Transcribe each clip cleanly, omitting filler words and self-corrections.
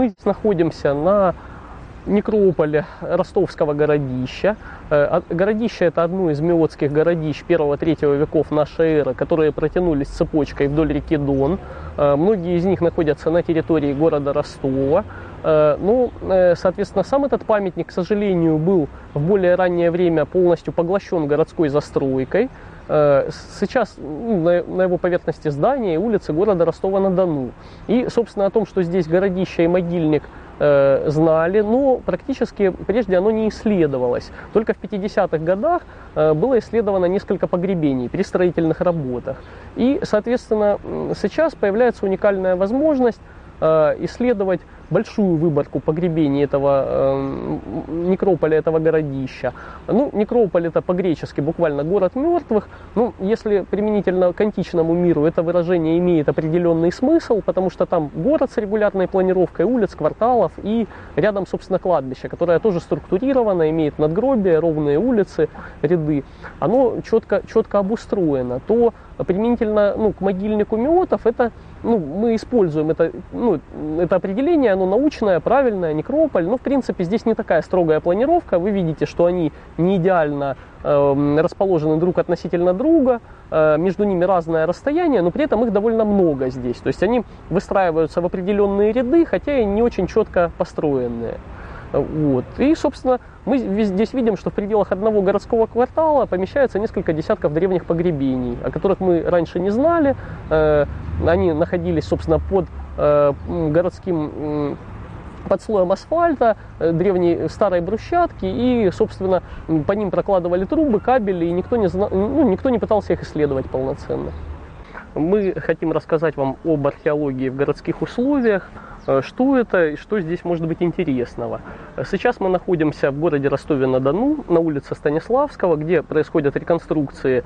Мы находимся на некрополе Ростовского городища. Городище — это одно из меотских городищ 1-3 веков нашей эры, которые протянулись цепочкой вдоль реки Дон. Многие из них находятся на территории города Ростова. Ну, соответственно, сам этот памятник, к сожалению, был в более раннее время полностью поглощен городской застройкой. Сейчас на его поверхности здания и улицы города Ростова-на-Дону. И, собственно, о том, что здесь городище и могильник, знали, но практически прежде оно не исследовалось. Только в 50-х годах было исследовано несколько погребений при строительных работах. И, соответственно, сейчас появляется уникальная возможность исследовать большую выборку погребений этого некрополя, этого городища. Ну, некрополь — это по-гречески буквально город мертвых. Ну, если применительно к античному миру, это выражение имеет определенный смысл, потому что там город с регулярной планировкой улиц, кварталов и рядом, собственно, кладбище, которое тоже структурировано, имеет надгробия, ровные улицы, ряды. Оно четко обустроено. То применительно к могильнику меотов, это, мы используем это определение, оно научное, правильное, некрополь, но в принципе здесь не такая строгая планировка. Вы видите, что они не идеально расположены друг относительно друга, между ними разное расстояние, но при этом их довольно много здесь. То есть они выстраиваются в определенные ряды, хотя и не очень четко построенные. Вот. И, собственно, мы здесь видим, что в пределах одного городского квартала помещается несколько десятков древних погребений, о которых мы раньше не знали. Они находились, собственно, под городским, под слоем асфальта, древней старой брусчатки, и, собственно, по ним прокладывали трубы, кабели, и никто не пытался их исследовать полноценно. Мы хотим рассказать вам об археологии в городских условиях, что это и что здесь может быть интересного. Сейчас мы находимся в городе Ростове-на-Дону, на улице Станиславского, где происходит реконструкция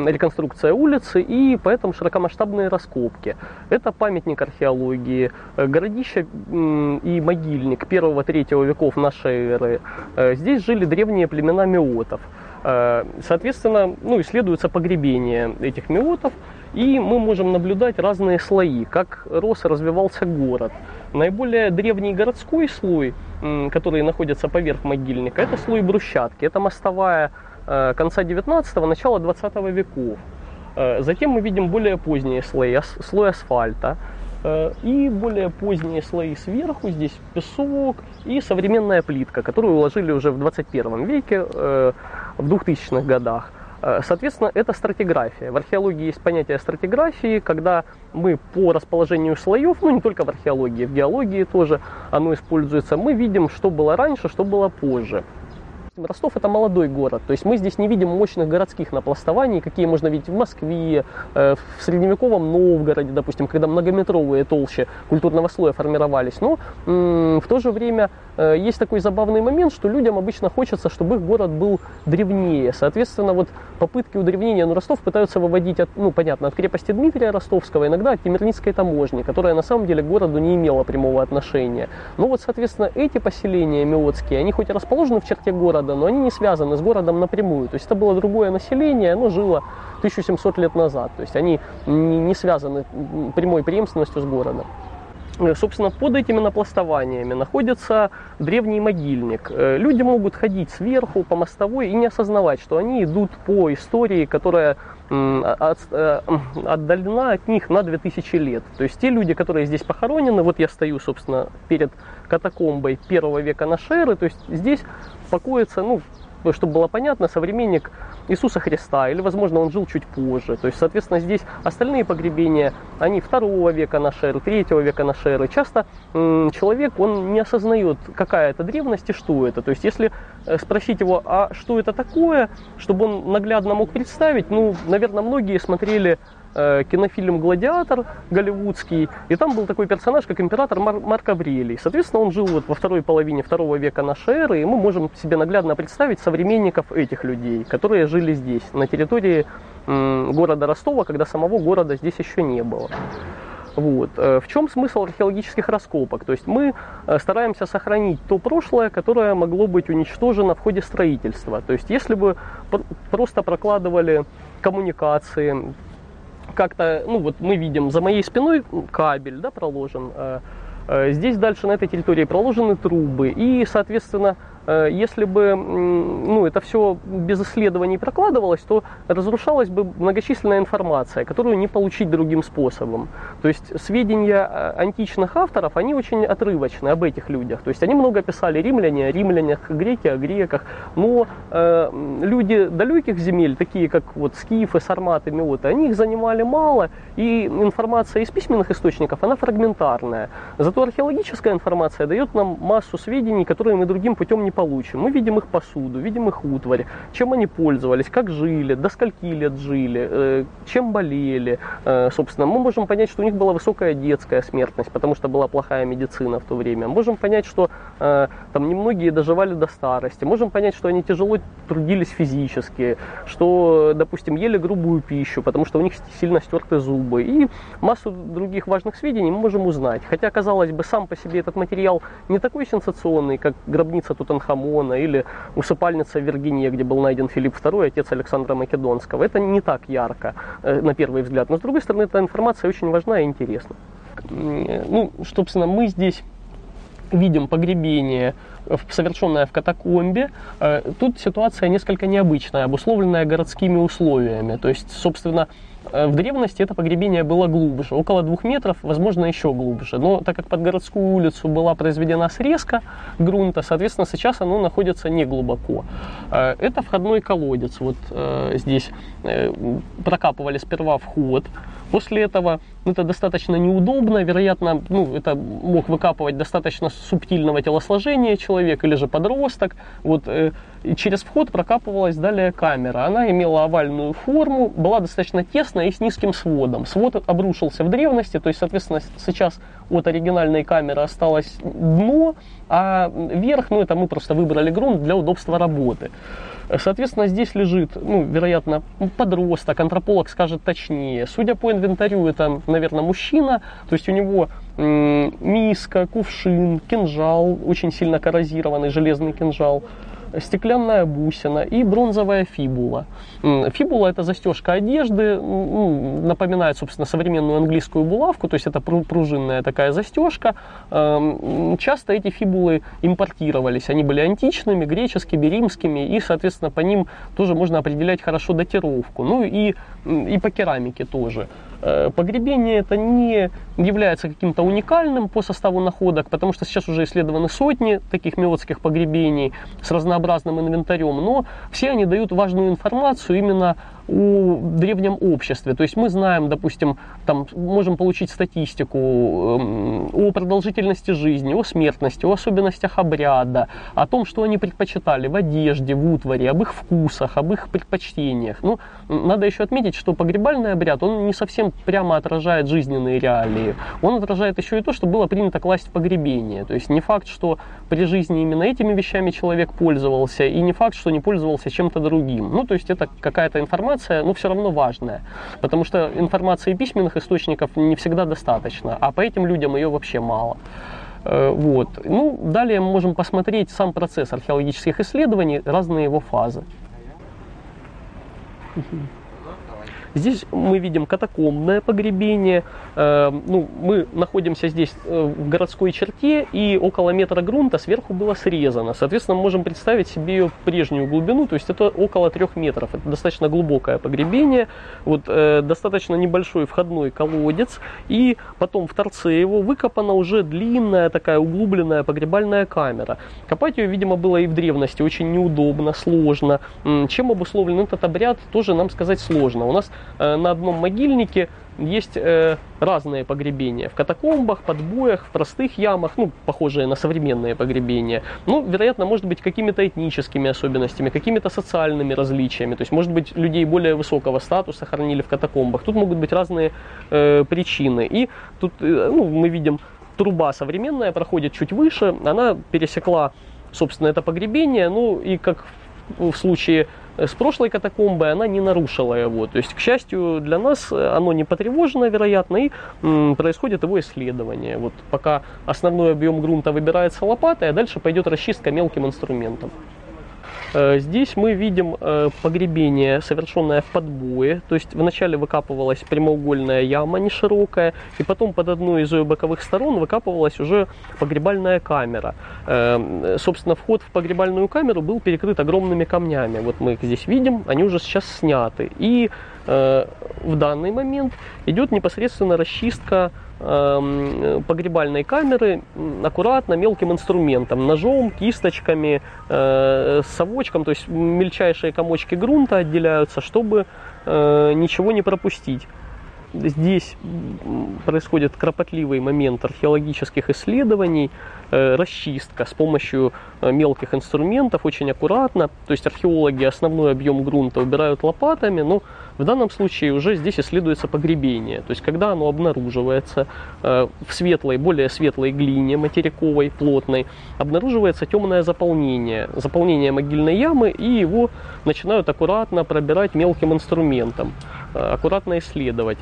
улицы и поэтому широкомасштабные раскопки. Это памятник археологии, городище и могильник 1-3 веков нашей эры. Здесь жили древние племена меотов. Соответственно, исследуется погребение этих меотов, и мы можем наблюдать разные слои, как рос и развивался город. Наиболее древний городской слой, который находится поверх могильника, это слой брусчатки. Это мостовая конца 19-го, начала 20 веков. Затем мы видим более поздние слои, слой асфальта. И более поздние слои сверху, здесь песок и современная плитка, которую уложили уже в 21 веке, в 2000-х годах. Соответственно, это стратиграфия. В археологии есть понятие стратиграфии, когда мы по расположению слоев, не только в археологии, в геологии тоже оно используется, мы видим, что было раньше, что было позже. Ростов — это молодой город, то есть мы здесь не видим мощных городских напластований, какие можно видеть в Москве, в средневековом Новгороде, допустим, когда многометровые толщи культурного слоя формировались. Но в то же время есть такой забавный момент, что людям обычно хочется, чтобы их город был древнее. Соответственно, вот попытки удревнения, Ростов пытаются выводить от крепости Дмитрия Ростовского, иногда от Темирницкой таможни, которая на самом деле к городу не имела прямого отношения. Но вот, соответственно, эти поселения меотские, они хоть и расположены в черте города, но они не связаны с городом напрямую. То есть это было другое население, оно жило 1700 лет назад. То есть они не связаны прямой преемственностью с городом. Собственно, под этими напластованиями находится древний могильник. Люди могут ходить сверху по мостовой и не осознавать, что они идут по истории, которая отдалена от них на 2000 лет. То есть те люди, которые здесь похоронены, вот я стою, собственно, перед катакомбой 1 века нашей эры, то есть здесь покоится, чтобы было понятно, современник Иисуса Христа, или, возможно, он жил чуть позже. То есть, соответственно, здесь остальные погребения, они 2 века нашей эры, 3 века нашей эры. Часто человек, он не осознает, какая это древность и что это. То есть, если спросить его, а что это такое, чтобы он наглядно мог представить, наверное, многие смотрели кинофильм «Гладиатор» голливудский, и там был такой персонаж, как император Марк Аврелий. Соответственно, он жил во второй половине 2 века нашей эры, и мы можем себе наглядно представить современников этих людей, которые жили здесь, на территории города Ростова, когда самого города здесь еще не было. Вот. В чем смысл археологических раскопок? То есть мы стараемся сохранить то прошлое, которое могло быть уничтожено в ходе строительства. То есть если бы просто прокладывали коммуникации, как-то, мы видим, за моей спиной кабель, проложен, Здесь дальше на этой территории проложены трубы, и, соответственно, если бы это все без исследований прокладывалось, то разрушалась бы многочисленная информация, которую не получить другим способом. То есть сведения античных авторов, они очень отрывочны об этих людях. То есть они много писали римляне о римлянах, греки о греках, но люди далеких земель, такие как вот скифы, сарматы, меоты, они их занимали мало, и информация из письменных источников, она фрагментарная. Зато археологическая информация дает нам массу сведений, которые мы другим путем не получим. Мы видим их посуду, видим их утварь, чем они пользовались, как жили, до скольки лет жили, чем болели. Собственно, мы можем понять, что у них была высокая детская смертность, потому что была плохая медицина в то время. Можем понять, что там немногие доживали до старости. Можем понять, что они тяжело трудились физически, что, допустим, ели грубую пищу, потому что у них сильно стерты зубы. И массу других важных сведений мы можем узнать. Хотя, казалось бы, сам по себе этот материал не такой сенсационный, как гробница Тутанхамона или усыпальница в Виргинии, где был найден Филипп II, отец Александра Македонского. Это не так ярко, на первый взгляд. Но, с другой стороны, эта информация очень важна и интересна. Собственно, мы здесь видим погребение, совершенное в катакомбе. Тут ситуация несколько необычная, обусловленная городскими условиями. То есть, собственно, в древности это погребение было глубже, около 2 метров, возможно, еще глубже. Но так как под городскую улицу была произведена срезка грунта, соответственно, сейчас оно находится не глубоко. Это входной колодец. Вот здесь прокапывали сперва вход. После этого это достаточно неудобно, вероятно, это мог выкапывать достаточно субтильного телосложения человек или же подросток. Вот через вход прокапывалась далее камера. Она имела овальную форму, была достаточно тесная и с низким сводом. Свод обрушился в древности, то есть, соответственно, сейчас от оригинальной камеры осталось дно, а верх, это мы просто выбрали грунт для удобства работы. Соответственно, здесь лежит, вероятно, подросток, антрополог скажет точнее. Судя по инвентарю, это, наверное, мужчина, то есть у него миска, кувшин, кинжал, очень сильно коррозированный железный кинжал, стеклянная бусина и бронзовая фибула. Фибула — это застежка одежды, напоминает, собственно, современную английскую булавку, то есть это пружинная такая застежка. Часто эти фибулы импортировались, они были античными, греческими, римскими, и, соответственно, по ним тоже можно определять хорошо датировку. И по керамике тоже. Погребение это не является каким-то уникальным по составу находок, потому что сейчас уже исследованы сотни таких меотских погребений с разнообразным инвентарем, но все они дают важную информацию именно о древнем обществе. То есть мы знаем, допустим, можем получить статистику о продолжительности жизни, о смертности, о особенностях обряда, о том, что они предпочитали в одежде, в утвари, об их вкусах, об их предпочтениях. Надо еще отметить, что погребальный обряд, он не совсем прямо отражает жизненные реалии. Он отражает еще и то, что было принято класть в погребение. То есть не факт, что при жизни именно этими вещами человек пользовался, и не факт, что не пользовался чем-то другим. То есть это какая-то информация, но все равно важная, потому что информации письменных источников не всегда достаточно, а по этим людям ее вообще мало. Далее мы можем посмотреть сам процесс археологических исследований, разные его фазы. Здесь мы видим катакомбное погребение. Мы находимся здесь в городской черте, и около метра грунта сверху было срезано. Соответственно, мы можем представить себе ее прежнюю глубину, то есть это около 3 метров. Это достаточно глубокое погребение, достаточно небольшой входной колодец, и потом в торце его выкопана уже длинная такая углубленная погребальная камера. Копать ее, видимо, было и в древности очень неудобно, сложно. Чем обусловлен этот обряд, тоже нам сказать сложно. У нас на одном могильнике есть разные погребения. В катакомбах, подбоях, в простых ямах, похожие на современные погребения. Вероятно, может быть, какими-то этническими особенностями, какими-то социальными различиями. То есть, может быть, людей более высокого статуса хоронили в катакомбах. Тут могут быть разные причины. И тут мы видим, труба современная проходит чуть выше. Она пересекла, собственно, это погребение. И как в случае с прошлой катакомбой, она не нарушила его. То есть, к счастью для нас, оно не потревожено, вероятно, и происходит его исследование. Пока основной объем грунта выбирается лопатой, а дальше пойдет расчистка мелким инструментом. Здесь мы видим погребение, совершенное в подбое, то есть вначале выкапывалась прямоугольная яма неширокая, и потом под одной из ее боковых сторон выкапывалась уже погребальная камера. Собственно, вход в погребальную камеру был перекрыт огромными камнями. Вот мы их здесь видим, они уже сейчас сняты. И в данный момент идет непосредственно расчистка погребальной камеры аккуратно, мелким инструментом, ножом, кисточками, совочком, то есть мельчайшие комочки грунта отделяются, чтобы ничего не пропустить. Здесь происходит кропотливый момент археологических исследований, расчистка с помощью мелких инструментов, очень аккуратно. То есть археологи основной объем грунта убирают лопатами, но в данном случае уже здесь исследуется погребение. То есть когда оно обнаруживается в светлой, более светлой глине материковой, плотной, обнаруживается темное заполнение могильной ямы, и его начинают аккуратно пробирать мелким инструментом, аккуратно исследовать.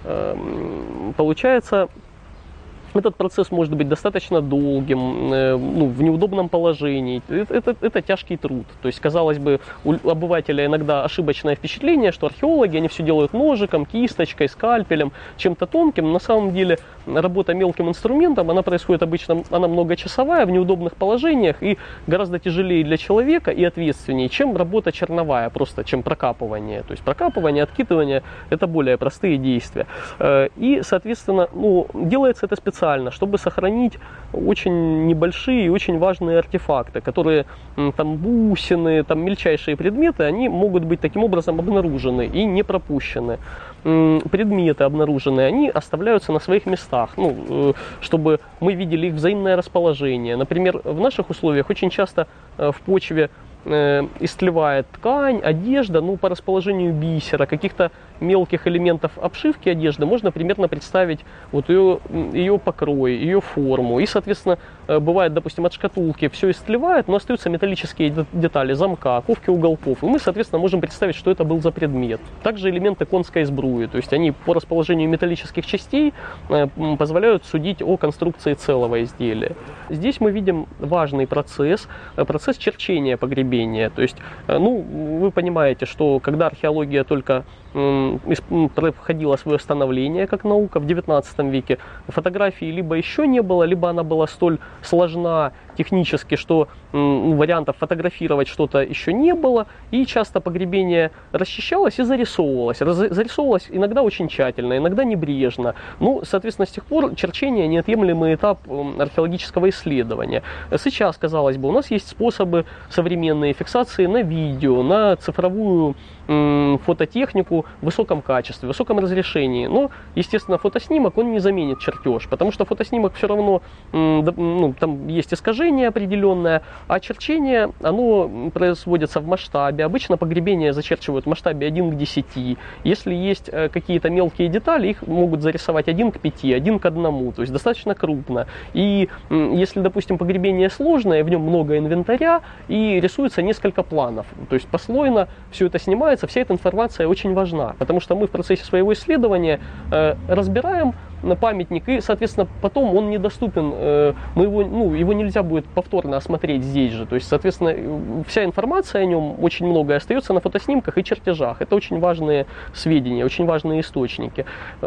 Получается, этот процесс может быть достаточно долгим, в неудобном положении. Это тяжкий труд. То есть, казалось бы, у обывателя иногда ошибочное впечатление, что археологи, они все делают ножиком, кисточкой, скальпелем, чем-то тонким. Но на самом деле работа мелким инструментом, она происходит обычно, она многочасовая, в неудобных положениях и гораздо тяжелее для человека и ответственнее, чем работа черновая, просто чем прокапывание. То есть прокапывание, откидывание – это более простые действия. И, соответственно, делается это специально, чтобы сохранить очень небольшие и очень важные артефакты, которые там бусины, там мельчайшие предметы, они могут быть таким образом обнаружены и не пропущены. Предметы обнаруженные, они оставляются на своих местах, чтобы мы видели их взаимное расположение. Например, в наших условиях очень часто в почве истлевает ткань, одежда, по расположению бисера, каких-то мелких элементов обшивки одежды можно примерно представить вот ее покрой, ее форму. И, соответственно, бывает, допустим, от шкатулки все истлевает, но остаются металлические детали замка, ковки уголков. И мы, соответственно, можем представить, что это был за предмет. Также элементы конской сбруи, то есть они по расположению металлических частей позволяют судить о конструкции целого изделия. Здесь мы видим важный процесс черчения погребения. То есть, вы понимаете, что когда археология только проходила свое становление как наука в XIX веке, фотографии либо еще не было, либо она была столь сложна технически, что вариантов фотографировать что-то еще не было, и часто погребение расчищалось и зарисовывалось. Зарисовывалось иногда очень тщательно, иногда небрежно. Соответственно, с тех пор черчение – неотъемлемый этап археологического исследования. Сейчас, казалось бы, у нас есть способы современной фиксации на видео, на цифровую фототехнику в высоком качестве, в высоком разрешении. Но, естественно, фотоснимок, он не заменит чертеж, потому что фотоснимок все равно, там есть искажение определенное, а черчение, оно производится в масштабе. Обычно погребение зачерчивают в масштабе 1 к 10. Если есть какие-то мелкие детали, их могут зарисовать 1 к 5, 1 к 1, то есть достаточно крупно. И если, допустим, погребение сложное, в нем много инвентаря, и рисуется несколько планов, то есть послойно все это снимается, вся эта информация очень важна, потому что мы в процессе своего исследования разбираем памятник, и, соответственно, потом он недоступен, его нельзя будет повторно осмотреть здесь же. То есть, соответственно, вся информация о нем, очень многое остается на фотоснимках и чертежах. Это очень важные сведения, очень важные источники.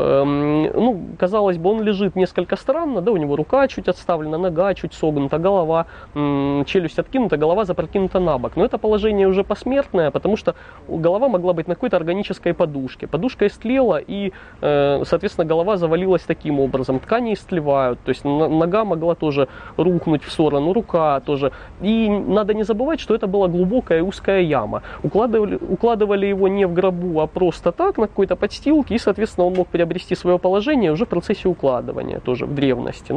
Казалось бы, он лежит несколько странно, у него рука чуть отставлена, нога чуть согнута, голова, челюсть откинута, голова запрокинута на бок. Но это положение уже посмертное, потому что голова могла быть на какой-то органической подушке. Подушка истлела, и, соответственно, голова завалилась таким образом. Ткани истлевают, то есть нога могла тоже рухнуть в сторону, рука тоже. И надо не забывать, что это была глубокая узкая яма. Укладывали его не в гробу, а просто так, на какой-то подстилке, и, соответственно, он мог приобрести свое положение уже в процессе укладывания, тоже в древности.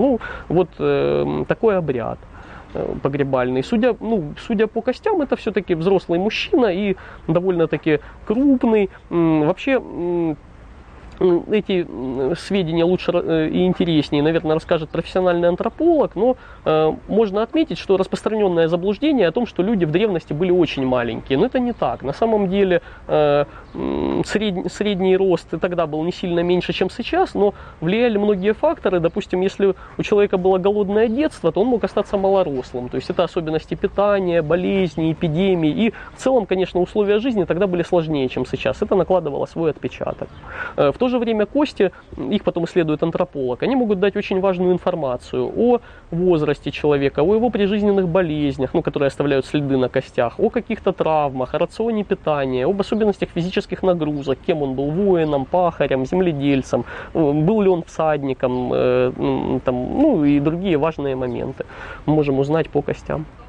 Такой обряд погребальный. Судя по костям, это все-таки взрослый мужчина и довольно-таки крупный. Вообще, эти сведения лучше и интереснее, наверное, расскажет профессиональный антрополог, но можно отметить, что распространенное заблуждение о том, что люди в древности были очень маленькие. Но это не так. На самом деле средний рост и тогда был не сильно меньше, чем сейчас, но влияли многие факторы. Допустим, если у человека было голодное детство, то он мог остаться малорослым. То есть это особенности питания, болезни, эпидемии. И в целом, конечно, условия жизни тогда были сложнее, чем сейчас. Это накладывало свой отпечаток. В то же время кости, их потом исследует антрополог, они могут дать очень важную информацию о возрасте человека, о его прижизненных болезнях, которые оставляют следы на костях, о каких-то травмах, о рационе питания, об особенностях физических нагрузок, кем он был, воином, пахарем, земледельцем, был ли он всадником, и другие важные моменты мы можем узнать по костям.